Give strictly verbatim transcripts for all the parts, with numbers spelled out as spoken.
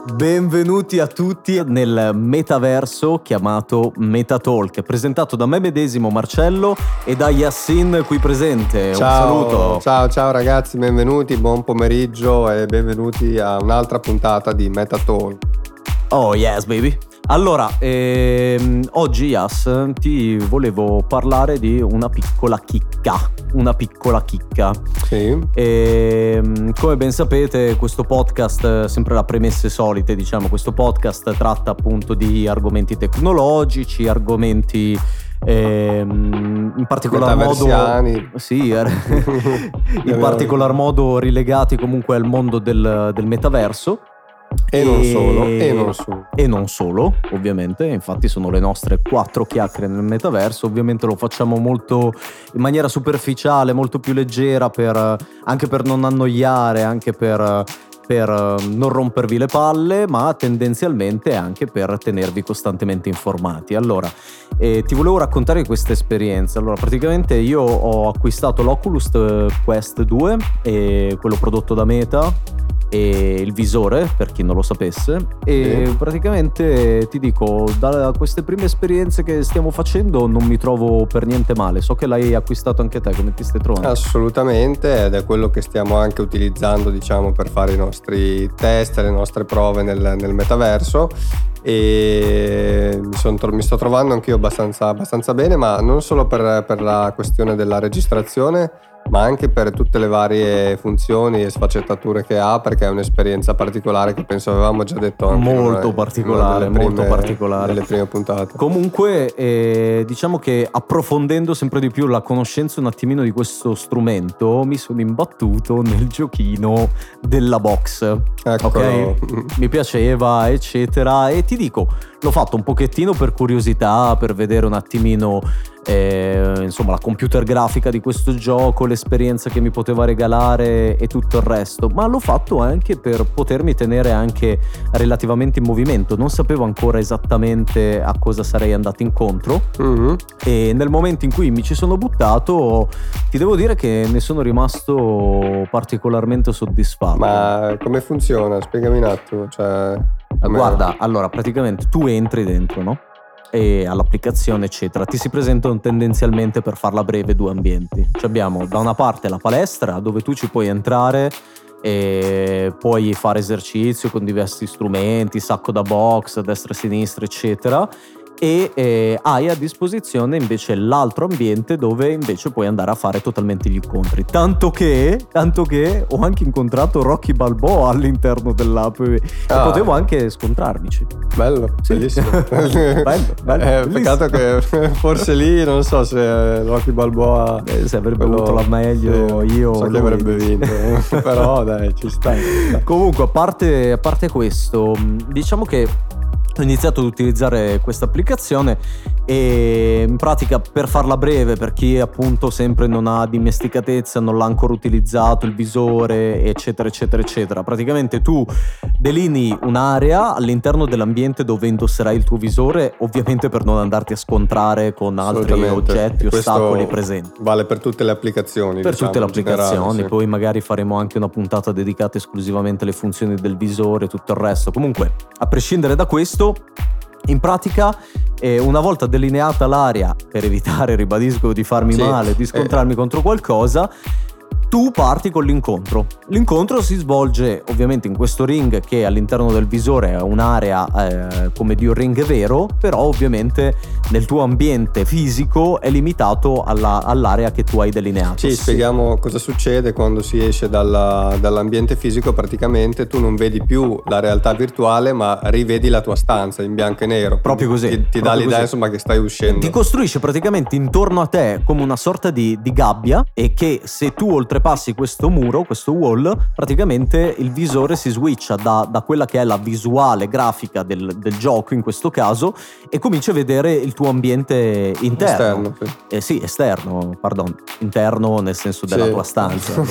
Benvenuti a tutti nel metaverso chiamato MetaTalk, presentato da me medesimo Marcello e da Yassin qui presente. Ciao, un saluto. Ciao, ciao ragazzi, benvenuti, buon pomeriggio e benvenuti a un'altra puntata di MetaTalk. Oh yes baby. Allora, ehm, oggi Yas ti volevo parlare di una piccola chicca, una piccola chicca. Sì. E, come ben sapete, questo podcast, sempre le premesse solite, diciamo, questo podcast tratta appunto di argomenti tecnologici, argomenti ehm, in particolar modo sì, in particolar modo rilegati comunque al mondo del, del metaverso. E, e non solo, e non solo. E non solo, ovviamente, infatti sono le nostre quattro chiacchiere nel metaverso. Ovviamente lo facciamo molto in maniera superficiale, molto più leggera, per, anche per non annoiare, anche per, per non rompervi le palle, ma tendenzialmente anche per tenervi costantemente informati. Allora, eh, ti volevo raccontare questa esperienza. Allora, praticamente io ho acquistato l'Oculus Quest due, eh, quello prodotto da Meta, e il visore, per chi non lo sapesse, e sì. Praticamente ti dico, da queste prime esperienze che stiamo facendo non mi trovo per niente male. So che l'hai acquistato anche te, come ti stai trovando? Assolutamente, ed è quello che stiamo anche utilizzando, diciamo, per fare i nostri test, le nostre prove nel, nel metaverso, e mi, son, mi sto trovando anch'io abbastanza, abbastanza bene, ma non solo per, per la questione della registrazione, ma anche per tutte le varie funzioni e sfaccettature che ha, perché è un'esperienza particolare che penso avevamo già detto anche molto una, particolare, una molto prime, particolare nelle prime puntate. Comunque eh, diciamo che approfondendo sempre di più la conoscenza un attimino di questo strumento, mi sono imbattuto nel giochino della box. Eccolo. Ok, mi piaceva eccetera, e ti dico, l'ho fatto un pochettino per curiosità, per vedere un attimino eh, insomma la computer grafica di questo gioco, l'esperienza che mi poteva regalare e tutto il resto, ma l'ho fatto anche per potermi tenere anche relativamente in movimento. Non sapevo ancora esattamente a cosa sarei andato incontro, mm-hmm. e nel momento in cui mi ci sono buttato ti devo dire che ne sono rimasto particolarmente soddisfatto. Ma come funziona? Spiegami un attimo, cioè... Guarda, allora praticamente tu entri dentro, no? E all'applicazione eccetera, ti si presentano tendenzialmente, per farla breve, due ambienti. Ci abbiamo da una parte la palestra, dove tu ci puoi entrare e puoi fare esercizio con diversi strumenti, sacco da box, destra e sinistra eccetera, e eh, hai a disposizione invece l'altro ambiente, dove invece puoi andare a fare totalmente gli incontri. Tanto che, tanto che ho anche incontrato Rocky Balboa all'interno dell'app, e ah. potevo anche scontrarmici. Bello, sì. Bellissimo. bello, bello, eh, peccato che forse lì non so se Rocky Balboa eh, se avrebbe quello, avuto la meglio, sì, io so che avrebbe vinto. Però dai, ci sta. Comunque, a parte, a parte questo, diciamo che ho iniziato ad utilizzare questa applicazione, e in pratica, per farla breve, per chi appunto sempre non ha dimesticatezza, non l'ha ancora utilizzato il visore eccetera eccetera eccetera, praticamente tu delinei un'area all'interno dell'ambiente dove indosserai il tuo visore, ovviamente per non andarti a scontrare con altri oggetti, questo ostacoli presenti. Vale per tutte le applicazioni, per diciamo, tutte le applicazioni, generale, sì. Poi magari faremo anche una puntata dedicata esclusivamente alle funzioni del visore e tutto il resto. Comunque, a prescindere da questo, in pratica, eh, una volta delineata l'area, per evitare, ribadisco, di farmi sì. male, di scontrarmi eh. contro qualcosa, tu parti con l'incontro. L'incontro si svolge ovviamente in questo ring, che all'interno del visore è un'area eh, come di un ring vero, però ovviamente nel tuo ambiente fisico è limitato alla, all'area che tu hai delineato. Sì, sì, spieghiamo cosa succede quando si esce dalla, dall'ambiente fisico. Praticamente tu non vedi più la realtà virtuale, ma rivedi la tua stanza in bianco e nero. Proprio così. Ti, ti proprio dà l'idea, così. Insomma, che stai uscendo. Ti costruisce praticamente intorno a te come una sorta di, di gabbia, e che se tu oltrepassi questo muro, questo wall, praticamente il visore si switcha da, da quella che è la visuale grafica del, del gioco in questo caso, e cominci a vedere il tuo ambiente interno. Esterno, sì. Eh, sì, esterno, pardon, interno nel senso della sì. tua stanza.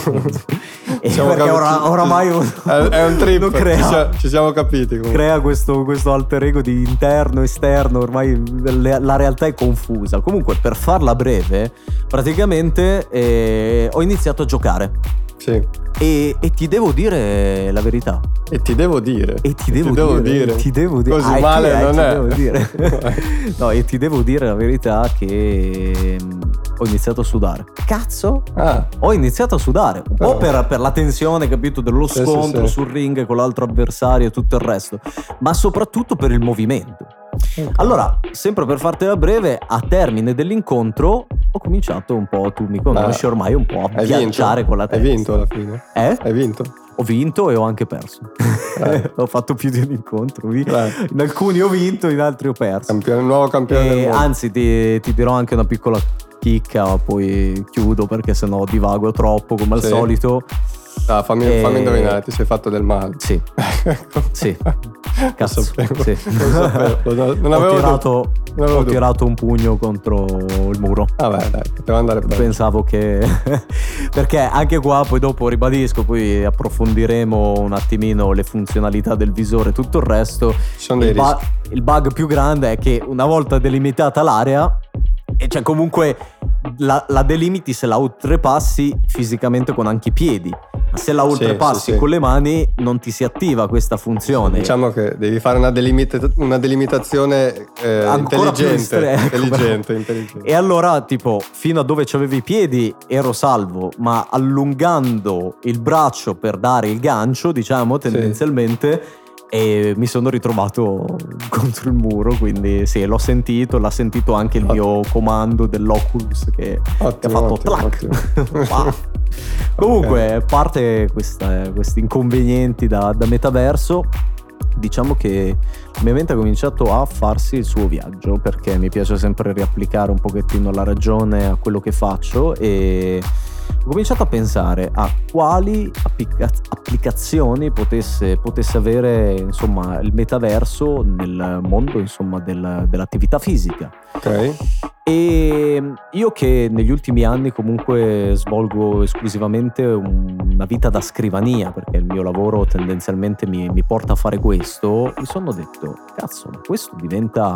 E siamo perché capiti, ora, oramai è, è un trip, crea, ci, siamo, ci siamo capiti comunque. Crea questo, questo alter ego di interno, esterno, ormai le, la realtà è confusa. Comunque, per farla breve, praticamente eh, ho iniziato a giocare giocare. Sì. E, e ti devo dire la verità. E ti devo dire. E ti devo, ti devo dire, dire. Ti devo dire. Così ah, male ti, non ti è. Devo dire. No, e ti devo dire la verità che ho iniziato a sudare. Cazzo? Ah. Ho iniziato a sudare. Un Però. po' per, per la tensione, capito, dello Sì, scontro sì, sì. sul ring con l'altro avversario e tutto il resto. Ma soprattutto per il movimento. Okay. Allora, sempre per fartela breve, a termine dell'incontro ho cominciato un po', tu mi conosci Ma ormai, un po' a hai viaggiare vinto? con la testa. Hai vinto alla fine? Eh? Hai vinto? Ho vinto e ho anche perso. Eh. Ho fatto più di un incontro. Eh. In alcuni ho vinto, in altri ho perso. Campione, nuovo campione del E mondo. anzi, ti, ti dirò anche una piccola chicca, poi chiudo perché sennò divago troppo come al Sì. solito. Ah, fammi, E- fammi indovinare, ti sei fatto del male. Sì, sì. Cazzo, Lo sapevo, sì. lo sapevo, non, non ho, avevo tirato, dubbi, non avevo ho dubbi. tirato un pugno contro il muro. Vabbè, dai, poteva andare bene. Pensavo che perché anche qua poi dopo ribadisco, poi approfondiremo un attimino le funzionalità del visore e tutto il resto. Ci sono dei Il, ba- rischi. il bug più grande è che una volta delimitata l'area, e cioè comunque la, la delimiti se la oltrepassi fisicamente con anche i piedi, ma se la oltrepassi sì, sì. con le mani non ti si attiva questa funzione. Diciamo che devi fare una, delimita- una delimitazione eh, Ancora più intelligente, estre- ecco. intelligente, intelligente. E allora, tipo, fino a dove c'avevi i piedi ero salvo, ma allungando il braccio per dare il gancio, diciamo, tendenzialmente, e mi sono ritrovato contro il muro, quindi sì, l'ho sentito, l'ha sentito anche il mio comando dell'Oculus che, che ha Ottimo, fatto ottimo, clac. ottimo. Wow. Comunque, a parte questa- questi inconvenienti da, da metaverso, diciamo che la mia mente ha cominciato a farsi il suo viaggio, perché mi piace sempre riapplicare un pochettino la ragione a quello che faccio, e ho cominciato a pensare a quali applica- applicazioni potesse, potesse avere, insomma, il metaverso nel mondo, insomma, del- dell'attività fisica. Ok. E io che negli ultimi anni comunque svolgo esclusivamente un- una vita da scrivania, perché il mio lavoro tendenzialmente mi, mi porta a fare questo, mi sono detto, cazzo, ma questo diventa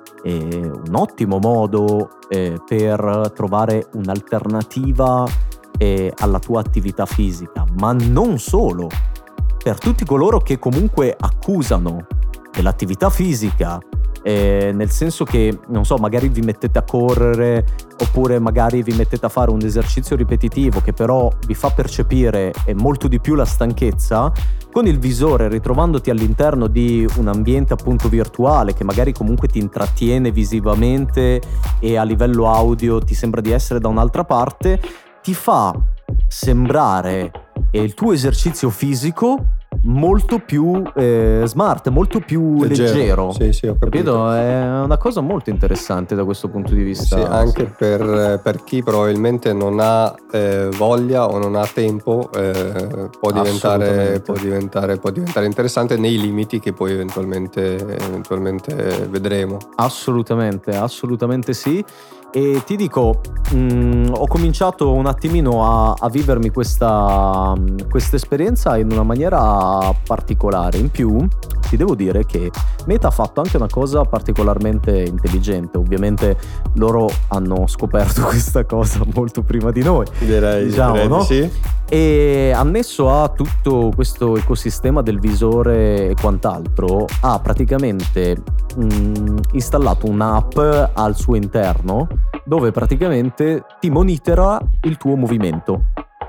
eh, un ottimo modo eh, per trovare un'alternativa eh, alla tua attività fisica, ma non solo, per tutti coloro che comunque accusano dell'attività fisica, eh, nel senso che, non so, magari vi mettete a correre oppure magari vi mettete a fare un esercizio ripetitivo che però vi fa percepire eh, molto di più la stanchezza, con il visore, ritrovandoti all'interno di un ambiente appunto virtuale che magari comunque ti intrattiene visivamente e a livello audio ti sembra di essere da un'altra parte, ti fa sembrare eh, il tuo esercizio fisico molto più eh, smart, molto più leggero, Leggero. Sì, sì, ho capito. capito? È una cosa molto interessante da questo punto di vista. Sì, anche per, per chi probabilmente non ha eh, voglia o non ha tempo, eh, può, diventare, Assolutamente. può, diventare, può diventare interessante nei limiti che poi eventualmente, eventualmente vedremo. Assolutamente, assolutamente sì. E ti dico, mh, ho cominciato un attimino a, a vivermi questa questa esperienza in una maniera particolare. In più, ti devo dire che Meta ha fatto anche una cosa particolarmente intelligente. Ovviamente loro hanno scoperto questa cosa molto prima di noi, Direi, diciamo, direi no? di sì. E annesso a tutto questo ecosistema del visore e quant'altro, ha praticamente mh, installato un'app al suo interno dove praticamente ti monitora il tuo movimento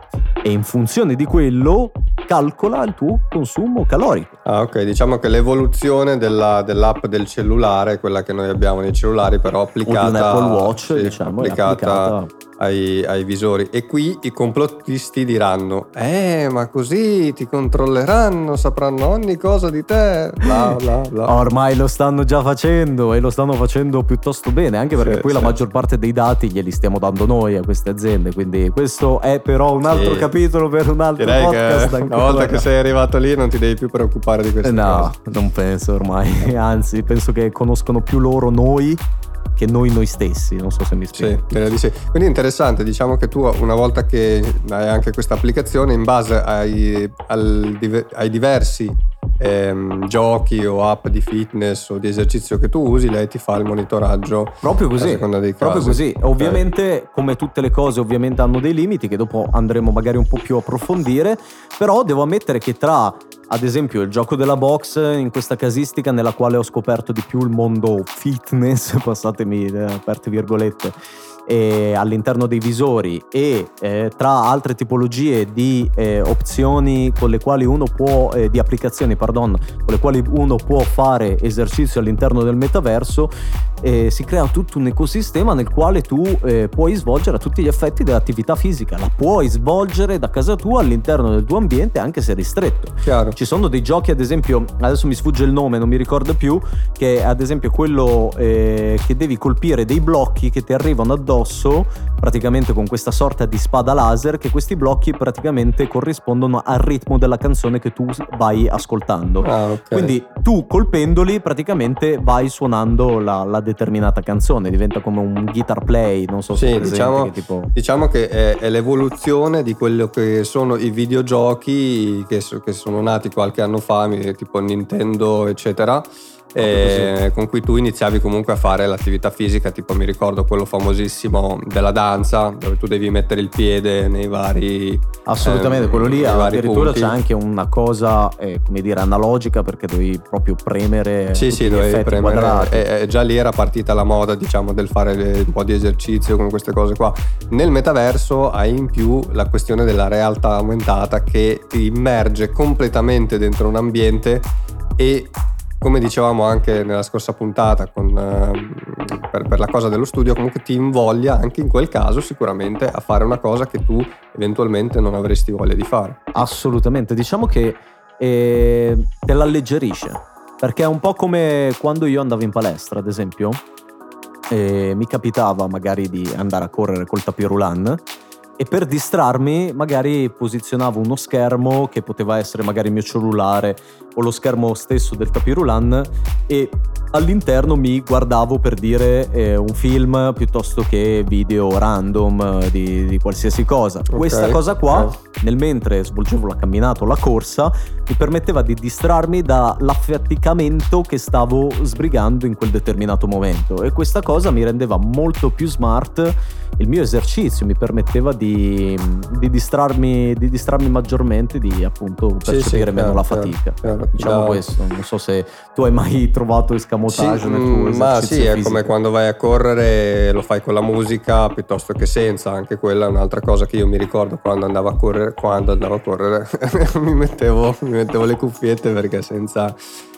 e in funzione di quello calcola il tuo consumo calorico. Ah, ok, diciamo che l'evoluzione della, dell'app del cellulare, quella che noi abbiamo nei cellulari, però applicata, o di un Apple Watch, sì, diciamo, è applicata, applicata ai, ai visori. E qui i complottisti diranno: eh, ma così ti controlleranno, sapranno ogni cosa di te, bla bla bla. Ormai lo stanno già facendo e lo stanno facendo piuttosto bene, anche perché Sì, poi sì. la maggior parte dei dati glieli stiamo dando noi a queste aziende, quindi questo è però un altro Sì. capitolo per un altro Direi podcast che ancora. una volta che sei arrivato lì non ti devi più preoccupare di queste No, cose. non penso ormai, anzi penso che conoscono più loro noi che noi noi stessi, non so se mi spiego. Sì, direi di sì. Quindi è interessante, diciamo che tu una volta che hai anche questa applicazione, in base ai, al, ai diversi ehm, giochi o app di fitness o di esercizio che tu usi, lei ti fa il monitoraggio proprio così, a seconda dei proprio casi. così. Ovviamente, come tutte le cose, ovviamente hanno dei limiti che dopo andremo magari un po' più a approfondire, però devo ammettere che tra, ad esempio, il gioco della box, in questa casistica nella quale ho scoperto di più il mondo fitness, passatemi eh, aperte virgolette, e all'interno dei visori, e eh, tra altre tipologie di eh, opzioni con le quali uno può eh, di applicazioni pardon con le quali uno può fare esercizio all'interno del metaverso, eh, si crea tutto un ecosistema nel quale tu eh, puoi svolgere a tutti gli effetti dell'attività fisica, la puoi svolgere da casa tua all'interno del tuo ambiente anche se ristretto. Chiaro. Ci sono dei giochi, ad esempio, adesso mi sfugge il nome, non mi ricordo più, che è ad esempio quello eh, che devi colpire dei blocchi che ti arrivano addosso praticamente con questa sorta di spada laser, che questi blocchi praticamente corrispondono al ritmo della canzone che tu vai ascoltando. Ah, okay. Quindi tu colpendoli praticamente vai suonando la, la determinata canzone, diventa come un guitar play, non so se sì, è presente, diciamo, che tipo... diciamo che è, è l'evoluzione di quello che sono i videogiochi che, so, che sono nati qualche anno fa, tipo Nintendo eccetera, eh, con cui tu iniziavi comunque a fare l'attività fisica, tipo mi ricordo quello famosissimo della danza dove tu devi mettere il piede nei vari assolutamente, ehm, quello lì addirittura punti. C'è anche una cosa eh, come dire analogica, perché dovevi proprio premere sì tutti sì gli dovevi effetti premere quadrati. e, e già lì era partita la moda, diciamo, del fare un po' di esercizio con queste cose qua. Nel metaverso hai in più la questione della realtà aumentata che ti immerge completamente dentro un ambiente e, come dicevamo anche nella scorsa puntata con, uh, per, per la cosa dello studio, comunque ti invoglia anche in quel caso sicuramente a fare una cosa che tu eventualmente non avresti voglia di fare. Assolutamente, diciamo che eh, te l'alleggerisce, perché è un po' come quando io andavo in palestra, ad esempio, e mi capitava magari di andare a correre col tapirulan, e per distrarmi magari posizionavo uno schermo che poteva essere magari il mio cellulare o lo schermo stesso del tapirulan, e all'interno mi guardavo, per dire, eh, un film piuttosto che video random eh, di, di qualsiasi cosa. Okay. Questa cosa qua, okay, nel mentre svolgevo la camminata o la corsa, mi permetteva di distrarmi dall'affaticamento che stavo sbrigando in quel determinato momento, e questa cosa mi rendeva molto più smart il mio esercizio, mi permetteva di, di distrarmi di distrarmi maggiormente, di appunto percepire sì, sì, meno chiaro, la fatica. Chiaro, diciamo da... questo, non so se tu hai mai trovato escamotage sì, nel tuo esercizio ma sì, fisico. È come quando vai a correre, lo fai con la musica piuttosto che senza, anche quella è un'altra cosa che io mi ricordo quando andavo a correre, quando andavo a correre mi mettevo mi mettevo le cuffiette, perché senza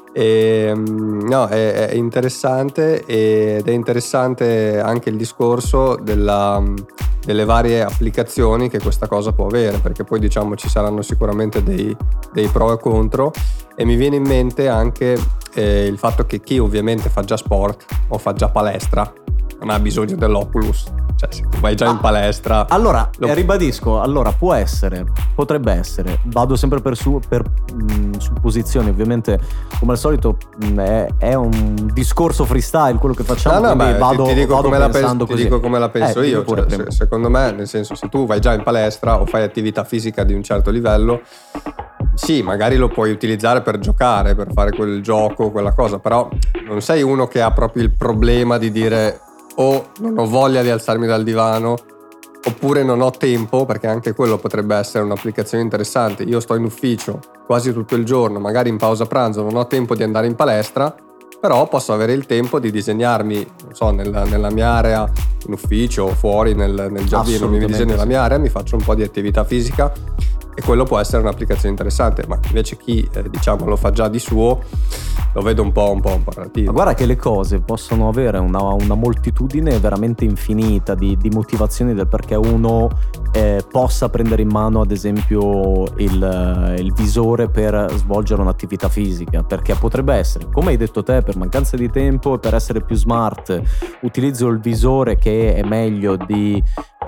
E, no, è, è interessante, ed è interessante anche il discorso della, delle varie applicazioni che questa cosa può avere, perché poi diciamo ci saranno sicuramente dei, dei pro e contro, e mi viene in mente anche eh, il fatto che chi ovviamente fa già sport o fa già palestra non ha bisogno dell'Oculus. Cioè, se tu vai già ah, in palestra... Allora, lo... ribadisco, allora può essere, potrebbe essere, vado sempre per, su, per mh, supposizioni, ovviamente come al solito mh, è, è un discorso freestyle quello che facciamo, no, no, beh, vado, ti, ti dico vado come pensando la penso, così. Ti dico come la penso eh, io, cioè, se, secondo me, nel senso, se tu vai già in palestra o fai attività fisica di un certo livello, sì, magari lo puoi utilizzare per giocare, per fare quel gioco, quella cosa, però non sei uno che ha proprio il problema di dire o oh, non ho voglia di alzarmi dal divano, oppure non ho tempo, perché anche quello potrebbe essere un'applicazione interessante. Io sto in ufficio quasi tutto il giorno, magari in pausa pranzo non ho tempo di andare in palestra, però posso avere il tempo di disegnarmi, non so, nella, nella mia area in ufficio o fuori nel, nel giardino, mi disegno nella mia area, mi faccio un po' di attività fisica, e quello può essere un'applicazione interessante. Ma invece chi eh, diciamo lo fa già di suo, lo vedo un po' un po' un po' relativo. Ma guarda che le cose possono avere una, una moltitudine veramente infinita di, di motivazioni del perché uno eh, possa prendere in mano ad esempio il, il visore per svolgere un'attività fisica, perché potrebbe essere, come hai detto te, per mancanza di tempo e per essere più smart utilizzo il visore, che è meglio di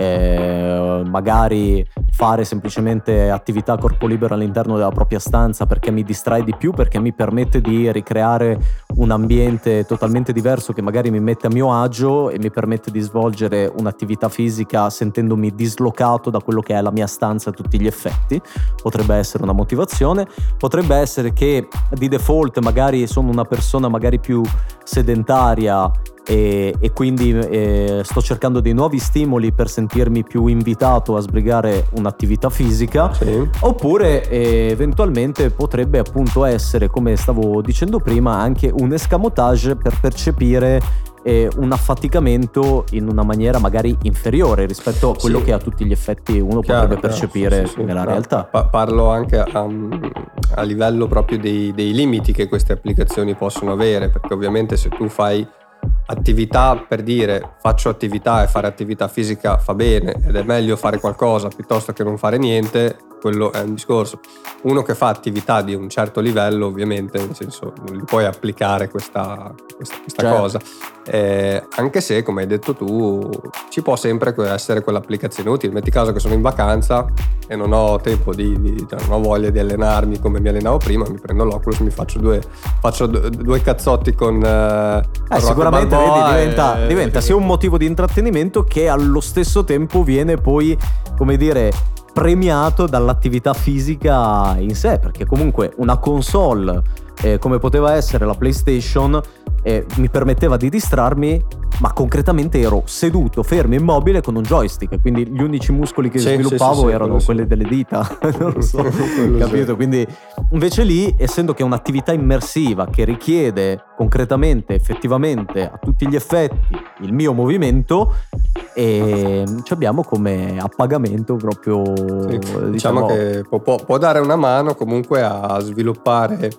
eh, magari fare semplicemente attività a corpo libero all'interno della propria stanza, perché mi distrae di più, perché mi permette di ricreare un ambiente totalmente diverso che magari mi mette a mio agio e mi permette di svolgere un'attività fisica sentendomi dislocato distratto da quello che è la mia stanza a tutti gli effetti, potrebbe essere una motivazione. Potrebbe essere che di default magari sono una persona magari più sedentaria e, e quindi eh, sto cercando dei nuovi stimoli per sentirmi più invitato a sbrigare un'attività fisica. Sì. Oppure eh, eventualmente potrebbe appunto essere, come stavo dicendo prima, anche un escamotage per percepire eh, un affaticamento in una maniera magari inferiore rispetto a quello sì. che a tutti gli effetti uno Chiaro, potrebbe chiaro, percepire sì, sì, sì. nella No, realtà. pa- parlo anche a, a livello proprio dei, dei limiti che queste applicazioni possono avere, perché ovviamente se tu fai attività, per dire faccio attività, e fare attività fisica fa bene ed è meglio fare qualcosa piuttosto che non fare niente, quello è un discorso. Uno che fa attività di un certo livello, ovviamente, nel senso, non gli puoi applicare questa, questa, questa Certo. cosa, eh, anche se, come hai detto tu, ci può sempre essere quell'applicazione utile. Metti caso che sono in vacanza e non ho tempo di, di cioè non ho voglia di allenarmi come mi allenavo prima, mi prendo l'Oculus, mi faccio due faccio due cazzotti con eh, Eh, sicuramente vedi, diventa, e, diventa e, sia un motivo di intrattenimento che allo stesso tempo viene poi, come dire, premiato dall'attività fisica in sé, perché comunque una console eh, come poteva essere la PlayStation eh, mi permetteva di distrarmi, ma concretamente ero seduto, fermo, immobile con un joystick, quindi gli unici muscoli che sì, sviluppavo sì, sì, sì, erano sì. quelli delle dita, non lo so, capito? Sì. Quindi invece lì, essendo che è un'attività immersiva che richiede concretamente, effettivamente, a tutti gli effetti il mio movimento, e ci abbiamo come a pagamento proprio, Sì, diciamo, diciamo che può, può, può dare una mano comunque a sviluppare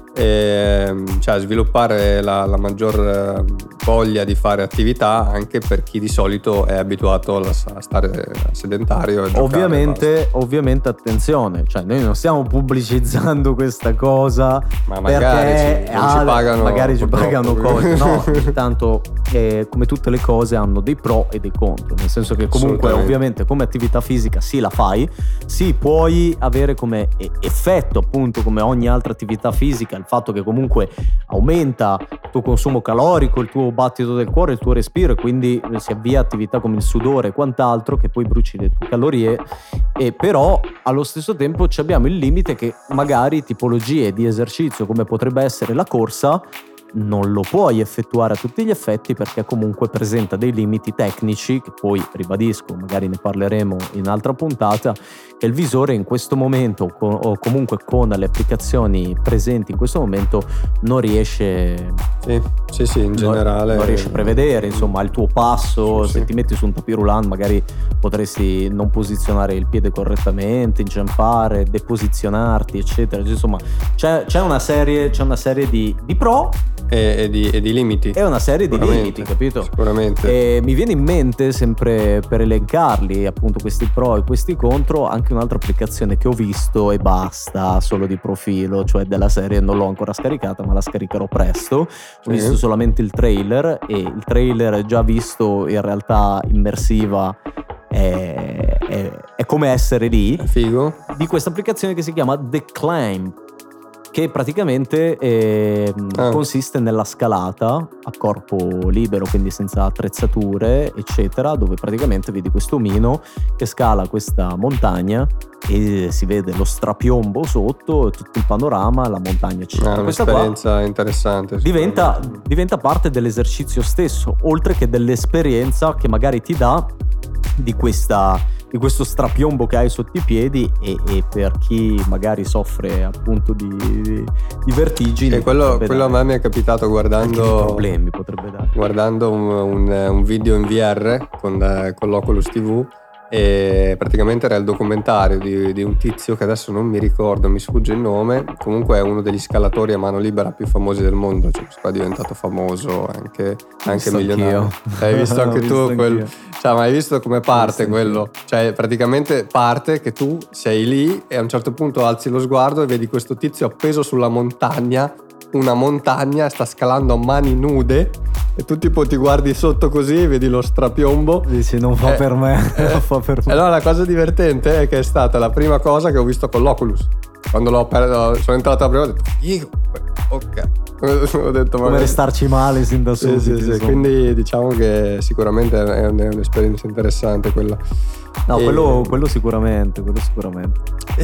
ehm, cioè a sviluppare la, la maggior eh, voglia di fare attività anche per chi di solito è abituato a, a stare sedentario e giocare, ovviamente, ovviamente attenzione, cioè noi non stiamo pubblicizzando questa cosa, ma magari perché ci, non ci pagano, magari ci pagano cose, no, no, tanto eh, come tutte le cose hanno dei pro e dei contro, nel senso che comunque ovviamente come attività fisica sì la fai, sì puoi avere come effetto appunto come ogni altra attività fisica il fatto che comunque aumenta il tuo consumo calorico, il tuo battito del cuore, il tuo respiro, e quindi si avvia attività come il sudore e quant'altro che poi bruci le tue calorie, e però allo stesso tempo ci abbiamo il limite che magari tipologie di esercizio come potrebbe essere la corsa non lo puoi effettuare a tutti gli effetti perché comunque presenta dei limiti tecnici che poi, ribadisco, magari ne parleremo in altra puntata, che il visore in questo momento o comunque con le applicazioni presenti in questo momento non riesce sì, sì, sì, in generale non riesce a prevedere, insomma, il tuo passo, sì, se sì. ti metti su un tapis roulant magari potresti non posizionare il piede correttamente, inciampare, deposizionarti, eccetera. Insomma, c'è, c'è una serie, c'è una serie di, di pro e, e, di, e di limiti. È una serie di limiti, capito? Sicuramente. E mi viene in mente, sempre per elencarli, appunto, questi pro e questi contro, anche un'altra applicazione che ho visto e basta, solo di profilo, cioè della serie non l'ho ancora scaricata, ma la scaricherò presto. Ho sì. visto solamente il trailer, e il trailer già visto in realtà immersiva è, è, è come essere lì. È figo. Di questa applicazione che si chiama The Climb, che praticamente eh, ah. consiste nella scalata a corpo libero, quindi senza attrezzature eccetera, dove praticamente vedi questo omino che scala questa montagna e si vede lo strapiombo sotto, tutto il panorama, la montagna eccetera. È un'esperienza interessante. Diventa, diventa parte dell'esercizio stesso, oltre che dell'esperienza che magari ti dà di questa di questo strapiombo che hai sotto i piedi, e, e per chi magari soffre appunto di, di, di vertigini, e quello, quello a me mi è capitato guardando problemi potrebbe dare guardando un, un, un video in V R con, con l'Oculus T V, e praticamente era il documentario di, di un tizio che adesso non mi ricordo, mi sfugge il nome, comunque è uno degli scalatori a mano libera più famosi del mondo, cioè qua è diventato famoso, anche, anche milionario. Hai visto anche tu quello? Cioè, ma hai visto come parte quello? Cioè, praticamente parte che tu sei lì e a un certo punto alzi lo sguardo e vedi questo tizio appeso sulla montagna, una montagna, sta scalando a mani nude, e tu tipo ti guardi sotto così, vedi lo strapiombo, dici non fa eh, per me, eh, non fa per me. Allora la cosa divertente è che è stata la prima cosa che ho visto con l'Oculus. Quando l'ho aperto, sono entrato la prima, ho detto io, ok. Ho detto, come restarci male sin da subito. Sì, sì, sì. Quindi diciamo che sicuramente è, un, è un'esperienza interessante quella. No, E- quello, quello sicuramente, quello sicuramente.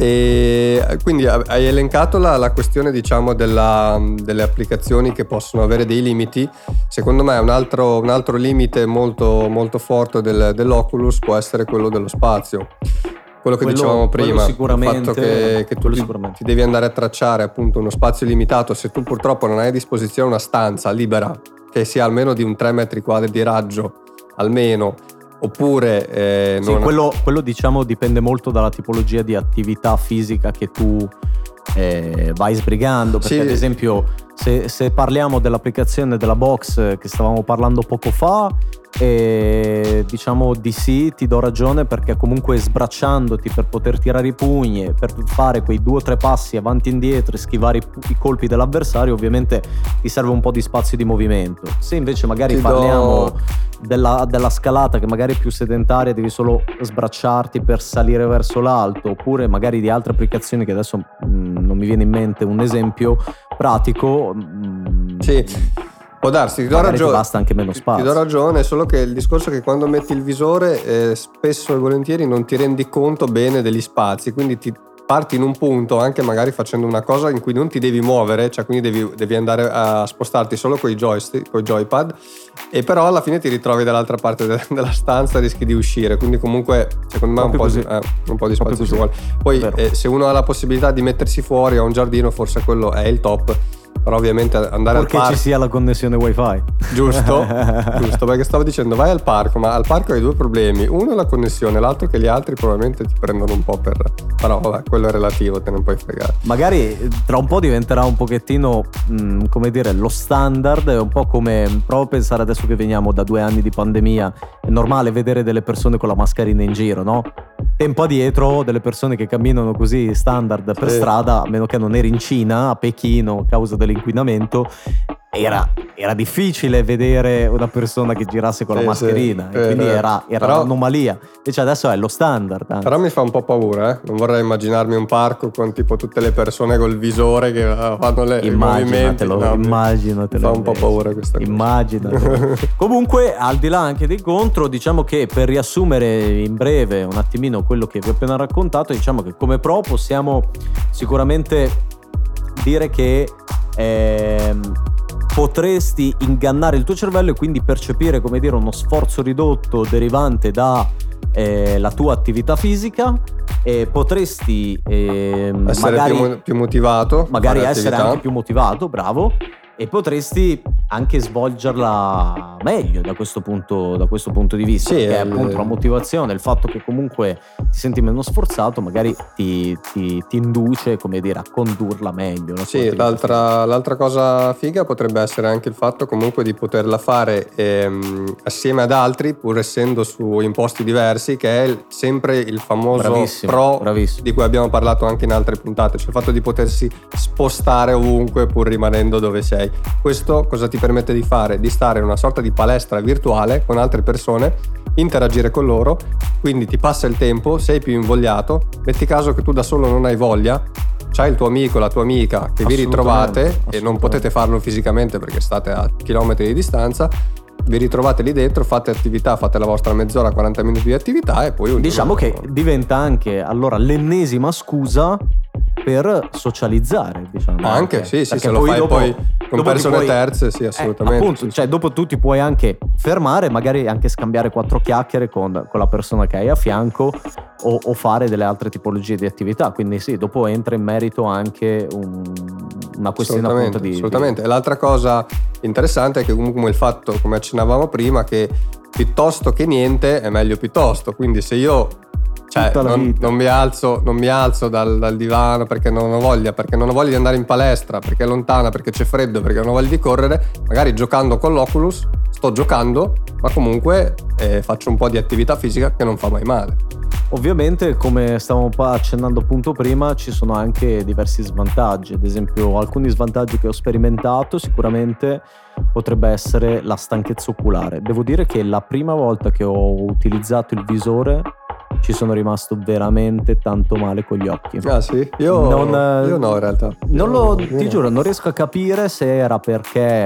E quindi hai elencato la, la questione, diciamo, della- delle applicazioni che possono avere dei limiti. Secondo me un altro, un altro limite molto, molto forte del- dell'Oculus può essere quello dello spazio. Quello che Quello- dicevamo quello prima, sicuramente, il fatto che, che tu quello ti, sicuramente. ti devi andare a tracciare appunto uno spazio limitato. Se tu purtroppo non hai a disposizione una stanza libera che sia almeno di un tre metri quadri di raggio, almeno, oppure eh, Sì, non... quello, quello diciamo dipende molto dalla tipologia di attività fisica che tu eh, vai sbrigando, perché Sì. ad esempio se, se parliamo dell'applicazione della box che stavamo parlando poco fa, eh, diciamo di sì, ti do ragione, perché comunque sbracciandoti per poter tirare i pugni, per fare quei due o tre passi avanti e indietro e schivare i, i colpi dell'avversario, ovviamente ti serve un po' di spazio di movimento. Se invece magari Ti do- parliamo della, della scalata, che magari è più sedentaria, devi solo sbracciarti per salire verso l'alto, oppure magari di altre applicazioni che adesso mh, non mi viene in mente un esempio pratico, mh, Sì, può darsi, ti do magari ti ragione. basta anche meno Ti- spazio. Ti do ragione, solo che il discorso è che quando metti il visore eh, spesso e volentieri non ti rendi conto bene degli spazi, quindi ti parti in un punto anche magari facendo una cosa in cui non ti devi muovere, cioè quindi devi, devi andare a spostarti solo con i joystick, con i joypad, e però alla fine ti ritrovi dall'altra parte de- della stanza e rischi di uscire, quindi comunque secondo me un Proprio po', così. di, eh, un po' di Proprio spazio ci così. vuole. Poi Vero. eh, se uno ha la possibilità di mettersi fuori a un giardino, forse quello è il top, però ovviamente andare Purché al parco... ci sia la connessione wifi. Giusto, giusto, perché stavo dicendo vai al parco, ma al parco hai due problemi: uno è la connessione, l'altro che gli altri probabilmente ti prendono un po' per... però vabbè, quello è relativo, te ne puoi fregare. Magari tra un po' diventerà un pochettino, mh, come dire, lo standard. È un po' come, provo a pensare adesso che veniamo da due anni di pandemia, è normale vedere delle persone con la mascherina in giro, no? Tempo addietro delle persone che camminano così standard per Sì. strada, a meno che non eri in Cina, a Pechino, a causa dell'inquinamento, era, era difficile vedere una persona che girasse con Sì, la mascherina, sì, e quindi eh, era, era però- un'anomalia. Invece adesso è lo standard, anzi. Però mi fa un po' paura, eh? Non vorrei immaginarmi un parco con tipo tutte le persone col visore che eh, fanno le, i movimenti. Immaginatelo, No, mi- immaginatelo. mi fa un po' invece. paura questa cosa. Immaginatelo. Comunque, al di là anche dei contro, diciamo che per riassumere in breve un attimino quello che vi ho appena raccontato, diciamo che come pro possiamo sicuramente dire che ehm, potresti ingannare il tuo cervello e quindi percepire, come dire, uno sforzo ridotto derivante da eh, la tua attività fisica, e potresti ehm, Essere magari, più, mo- più motivato, magari fare essere attività. anche più motivato, bravo, e potresti anche svolgerla meglio da questo punto, da questo punto di vista, Sì, perché eh, appunto la motivazione, il fatto che comunque ti senti meno sforzato, magari ti, ti, ti induce, come dire, a condurla meglio la tua Sì, attività l'altra, l'altra cosa figa potrebbe essere anche il fatto comunque di poterla fare ehm, assieme ad altri, pur essendo su imposti diversi, che è il- sempre il famoso Bravissimo, pro bravissimo. di cui abbiamo parlato anche in altre puntate, cioè il fatto di potersi spostare ovunque pur rimanendo dove sei. Questo cosa ti permette di fare? Di stare in una sorta di palestra virtuale con altre persone, interagire con loro, quindi ti passa il tempo, sei più invogliato. Metti caso che tu da solo non hai voglia, c'hai il tuo amico, la tua amica che vi Assolutamente, ritrovate e non assolutamente. potete farlo fisicamente perché state a chilometri di distanza, vi ritrovate lì dentro, fate attività, fate la vostra mezz'ora, quaranta minuti di attività e poi ognuno- Diciamo che diventa anche allora l'ennesima scusa per socializzare, diciamo. anche, sì, sì, Perché se lo fai dopo- poi con dopo ti persone puoi- terze, sì, eh, assolutamente. appunto, sì, sì. cioè dopo tu ti puoi anche fermare, magari anche scambiare quattro chiacchiere con, con la persona che hai a fianco, o, o fare delle altre tipologie di attività. Quindi sì, dopo entra in merito anche un- una questione appunto Assolutamente, di... assolutamente. E l'altra cosa interessante è che comunque il fatto, come accennavamo prima, che piuttosto che niente è meglio piuttosto. Quindi se io cioè, Tutta la non, vita. non mi alzo, non mi alzo dal, dal divano perché non ho voglia, perché non ho voglia di andare in palestra, perché è lontana, perché c'è freddo, perché non ho voglia di correre, magari giocando con l'Oculus sto giocando, ma comunque eh, faccio un po' di attività fisica che non fa mai male. Ovviamente, come stavamo pa- accennando appunto prima, ci sono anche diversi svantaggi. Ad esempio, alcuni svantaggi che ho sperimentato sicuramente potrebbe essere la stanchezza oculare. Devo dire che la prima volta che ho utilizzato il visore ci sono rimasto veramente tanto male con gli occhi. Ah sì? Io, Non, eh, io no in realtà. Non lo, Io ti no. giuro, non riesco a capire se era perché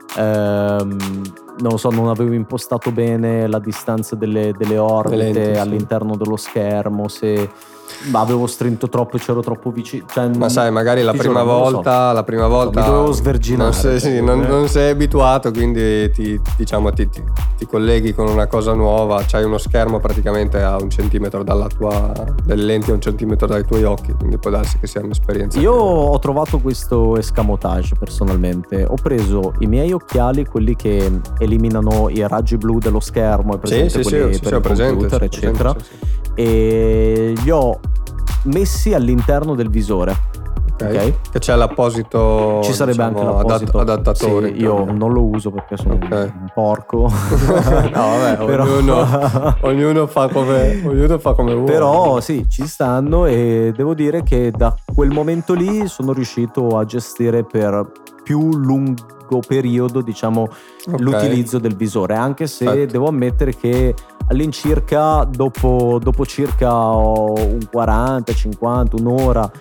ehm, non lo so, non avevo impostato bene la distanza delle, delle orbite lenti, sì. all'interno dello schermo, se avevo strinto troppo e c'ero troppo vicino, cioè, ma sai, magari la prima giuro, volta so. la prima volta mi dovevo sverginare, non sei, sì, non, non sei abituato, quindi ti, diciamo ti, ti, ti colleghi con una cosa nuova, c'hai uno schermo praticamente a un centimetro dalla tua, delle lenti a un centimetro dai tuoi occhi, quindi può darsi che sia un'esperienza. Io che... ho trovato questo escamotage personalmente, ho preso i miei occhiali, quelli che eliminano i raggi blu dello schermo, è presente, sì, sì, quelli sì, per sì, il presente, computer, sì, eccetera, presente, sì, sì. E li ho messi all'interno del visore. Okay. Okay. Che c'è l'apposito, ci sarebbe diciamo, anche l'apposito adattatore. Sì, io non lo uso perché sono okay. un porco. No, vabbè, però... ognuno, ognuno fa come ognuno fa come vuole. Però sì, ci stanno, e devo dire che da quel momento lì sono riuscito a gestire per più lungo periodo, diciamo, okay. l'utilizzo del visore, anche se Perfetto. devo ammettere che all'incirca dopo, dopo circa un quaranta cinquanta un'ora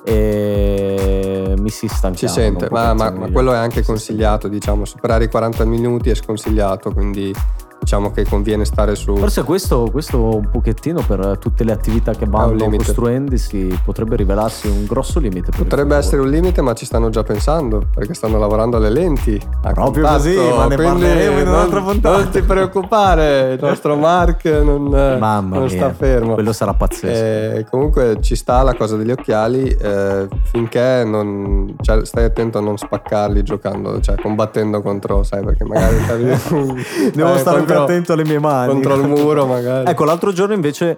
e mi si stancava. Si sente, ma, ma, ma quello è anche consigliato, diciamo, superare i quaranta minuti è sconsigliato, quindi diciamo che conviene stare su. Forse questo, questo un pochettino per tutte le attività che vanno costruendosi potrebbe rivelarsi un grosso limite. Potrebbe essere un limite, ma ci stanno già pensando, perché stanno lavorando alle lenti a proprio contatto, così, ma ne parleremo in un'altra puntata. Non ti preoccupare, il nostro Mark non, Mamma non mia, sta fermo. Quello sarà pazzesco. Eh, comunque ci sta la cosa degli occhiali, eh, finché non, cioè, stai attento a non spaccarli giocando, cioè combattendo contro, sai, perché magari devo eh, stare contro, più attento alle mie mani contro il muro magari. Ecco, l'altro giorno invece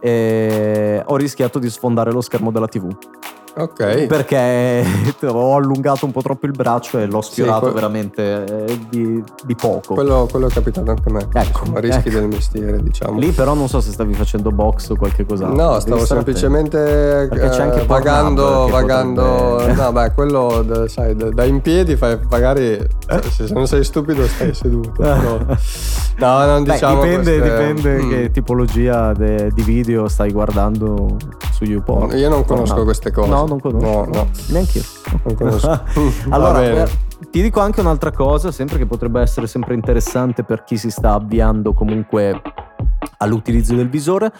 eh, ho rischiato di sfondare lo schermo della tivù. Ok. Perché ho allungato un po' troppo il braccio e l'ho sfiorato sì, quel... veramente eh, di, di poco. Quello, quello è capitato anche a me. Ecco, insomma, rischi ecco. del mestiere, diciamo. Lì però non so se stavi facendo box o qualche cos'altro. No, stavo semplicemente eh, c'è anche vagando, vagando. Potrebbe... No, beh, quello sai, da, da in piedi fai magari eh? se non sei stupido stai seduto. Però... No, non diciamo. Beh, dipende, queste... dipende mm. che tipologia de, di video stai guardando su YouPorn. Io non conosco no. queste cose. No, non conosco. No, no. Neanche io. Non conosco. Allora, eh, ti dico anche un'altra cosa, sempre che potrebbe essere sempre interessante per chi si sta avviando comunque all'utilizzo del visore.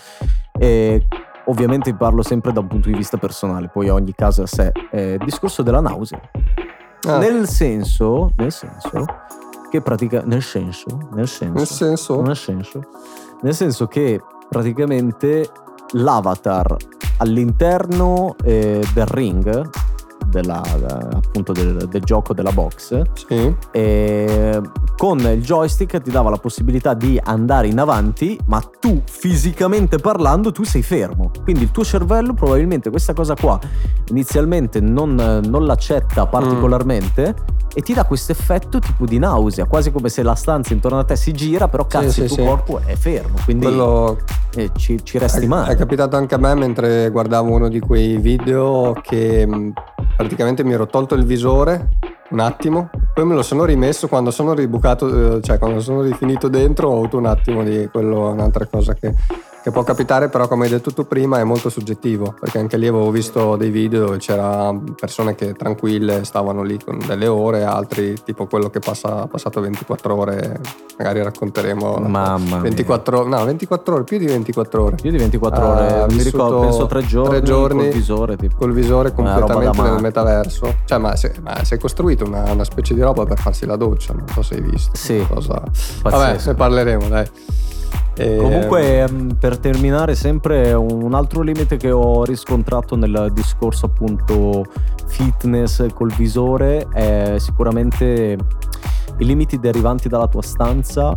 E ovviamente parlo sempre da un punto di vista personale, poi ogni caso a sé. Eh, il discorso della nausea. Ah. Nel senso, nel senso che pratica nel senso, nel senso, nel senso, nel senso, nel senso che praticamente l'avatar all'interno eh, del ring della, appunto del, del gioco della box sì. eh, con il joystick ti dava la possibilità di andare in avanti, ma tu fisicamente parlando tu sei fermo, quindi il tuo cervello probabilmente questa cosa qua inizialmente non, non l'accetta particolarmente mm. e ti dà questo effetto tipo di nausea, quasi come se la stanza intorno a te si gira, però cazzo sì, il sì, tuo sì. corpo è fermo, quindi Quello... eh, ci, ci resti è, male. È capitato anche a me mentre guardavo uno di quei video che praticamente mi ero tolto il visore un attimo, poi me lo sono rimesso quando sono ribucato, cioè quando sono rifinito dentro ho avuto un attimo di quello, un'altra cosa che, che può capitare, però come hai detto tu prima è molto soggettivo, perché anche lì avevo visto dei video dove c'era persone che tranquille stavano lì con delle ore, altri tipo quello che passa passato ventiquattro ore, magari racconteremo. Mamma ventiquattro mia. no ventiquattro ore, più di ventiquattro ore più di ventiquattro ore, uh, mi ricordo, penso tre giorni, tre giorni col visore tipo. col visore completamente nel metaverso, cioè ma si è costruito una, una specie di roba per farsi la doccia, non so se hai visto. Sì, cosa... vabbè, ne parleremo, dai. E... Comunque, per terminare, sempre un altro limite che ho riscontrato nel discorso appunto fitness col visore è sicuramente i limiti derivanti dalla tua stanza,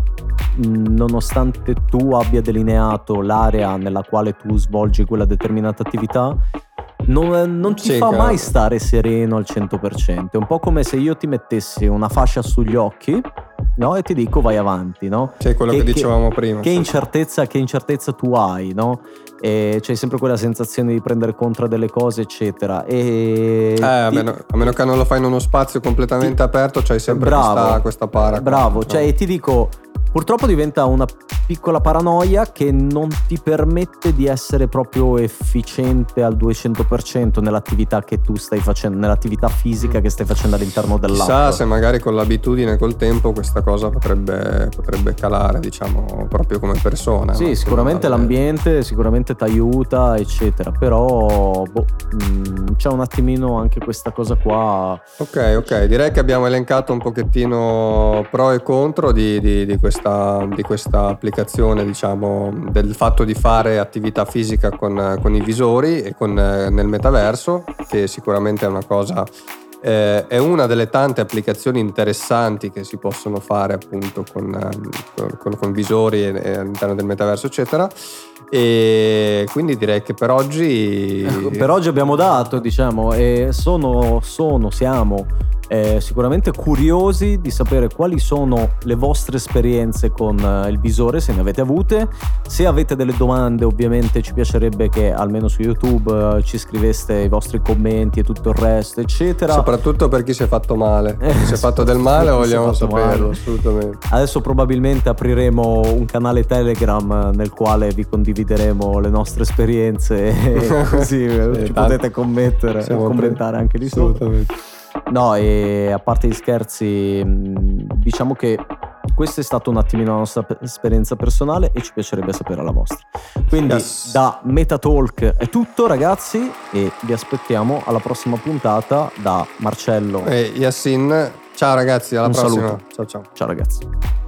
nonostante tu abbia delineato l'area nella quale tu svolgi quella determinata attività. Non, non ti sì, fa chiaro. mai stare sereno al cento per cento. È un po' come se io ti mettessi una fascia sugli occhi, no? E ti dico vai avanti, no? Sì, quello che, che dicevamo prima. Che incertezza, che incertezza tu hai, no? E c'hai sempre quella sensazione di prendere conto delle cose, eccetera. E eh, a, meno, a meno che non lo fai in uno spazio completamente ti, aperto, c'hai sempre bravo, questa, questa para. Bravo, qua, cioè no? Ti dico, purtroppo diventa una piccola paranoia che non ti permette di essere proprio efficiente al duecento per cento nell'attività che tu stai facendo, nell'attività fisica che stai facendo all'interno dell'app. Chissà se magari con l'abitudine, col tempo, questa cosa potrebbe, potrebbe calare, diciamo, proprio come persona. Sì, no? sicuramente l'ambiente sicuramente ti aiuta, eccetera, però boh, mh, c'è un attimino anche questa cosa qua. Ok, ok, direi che abbiamo elencato un pochettino pro e contro di, di, di questa di questa applicazione, diciamo, del fatto di fare attività fisica con, con i visori e con, nel metaverso, che sicuramente è una cosa, eh, è una delle tante applicazioni interessanti che si possono fare appunto con, con, con, con visori e, e all'interno del metaverso, eccetera. E quindi direi che per oggi per oggi abbiamo dato, diciamo, e sono, sono siamo Eh, sicuramente curiosi di sapere quali sono le vostre esperienze con eh, il visore, se ne avete avute. Se avete delle domande, ovviamente ci piacerebbe che almeno su YouTube eh, ci scriveste i vostri commenti e tutto il resto, eccetera. Soprattutto per chi si è fatto male. Eh, chi si è fatto del male vogliamo saperlo, male. assolutamente. Adesso probabilmente apriremo un canale Telegram nel quale vi condivideremo le nostre esperienze e così sì, ci potete commettere, commentare anche lì sotto. No, e a parte gli scherzi, diciamo che questa è stata un attimino la nostra esperienza personale e ci piacerebbe sapere la vostra. Quindi yes. Da Metatalk è tutto, ragazzi, e vi aspettiamo alla prossima puntata da Marcello e Yassin. Ciao ragazzi, alla un prossima. Saluto. Ciao ciao. Ciao ragazzi.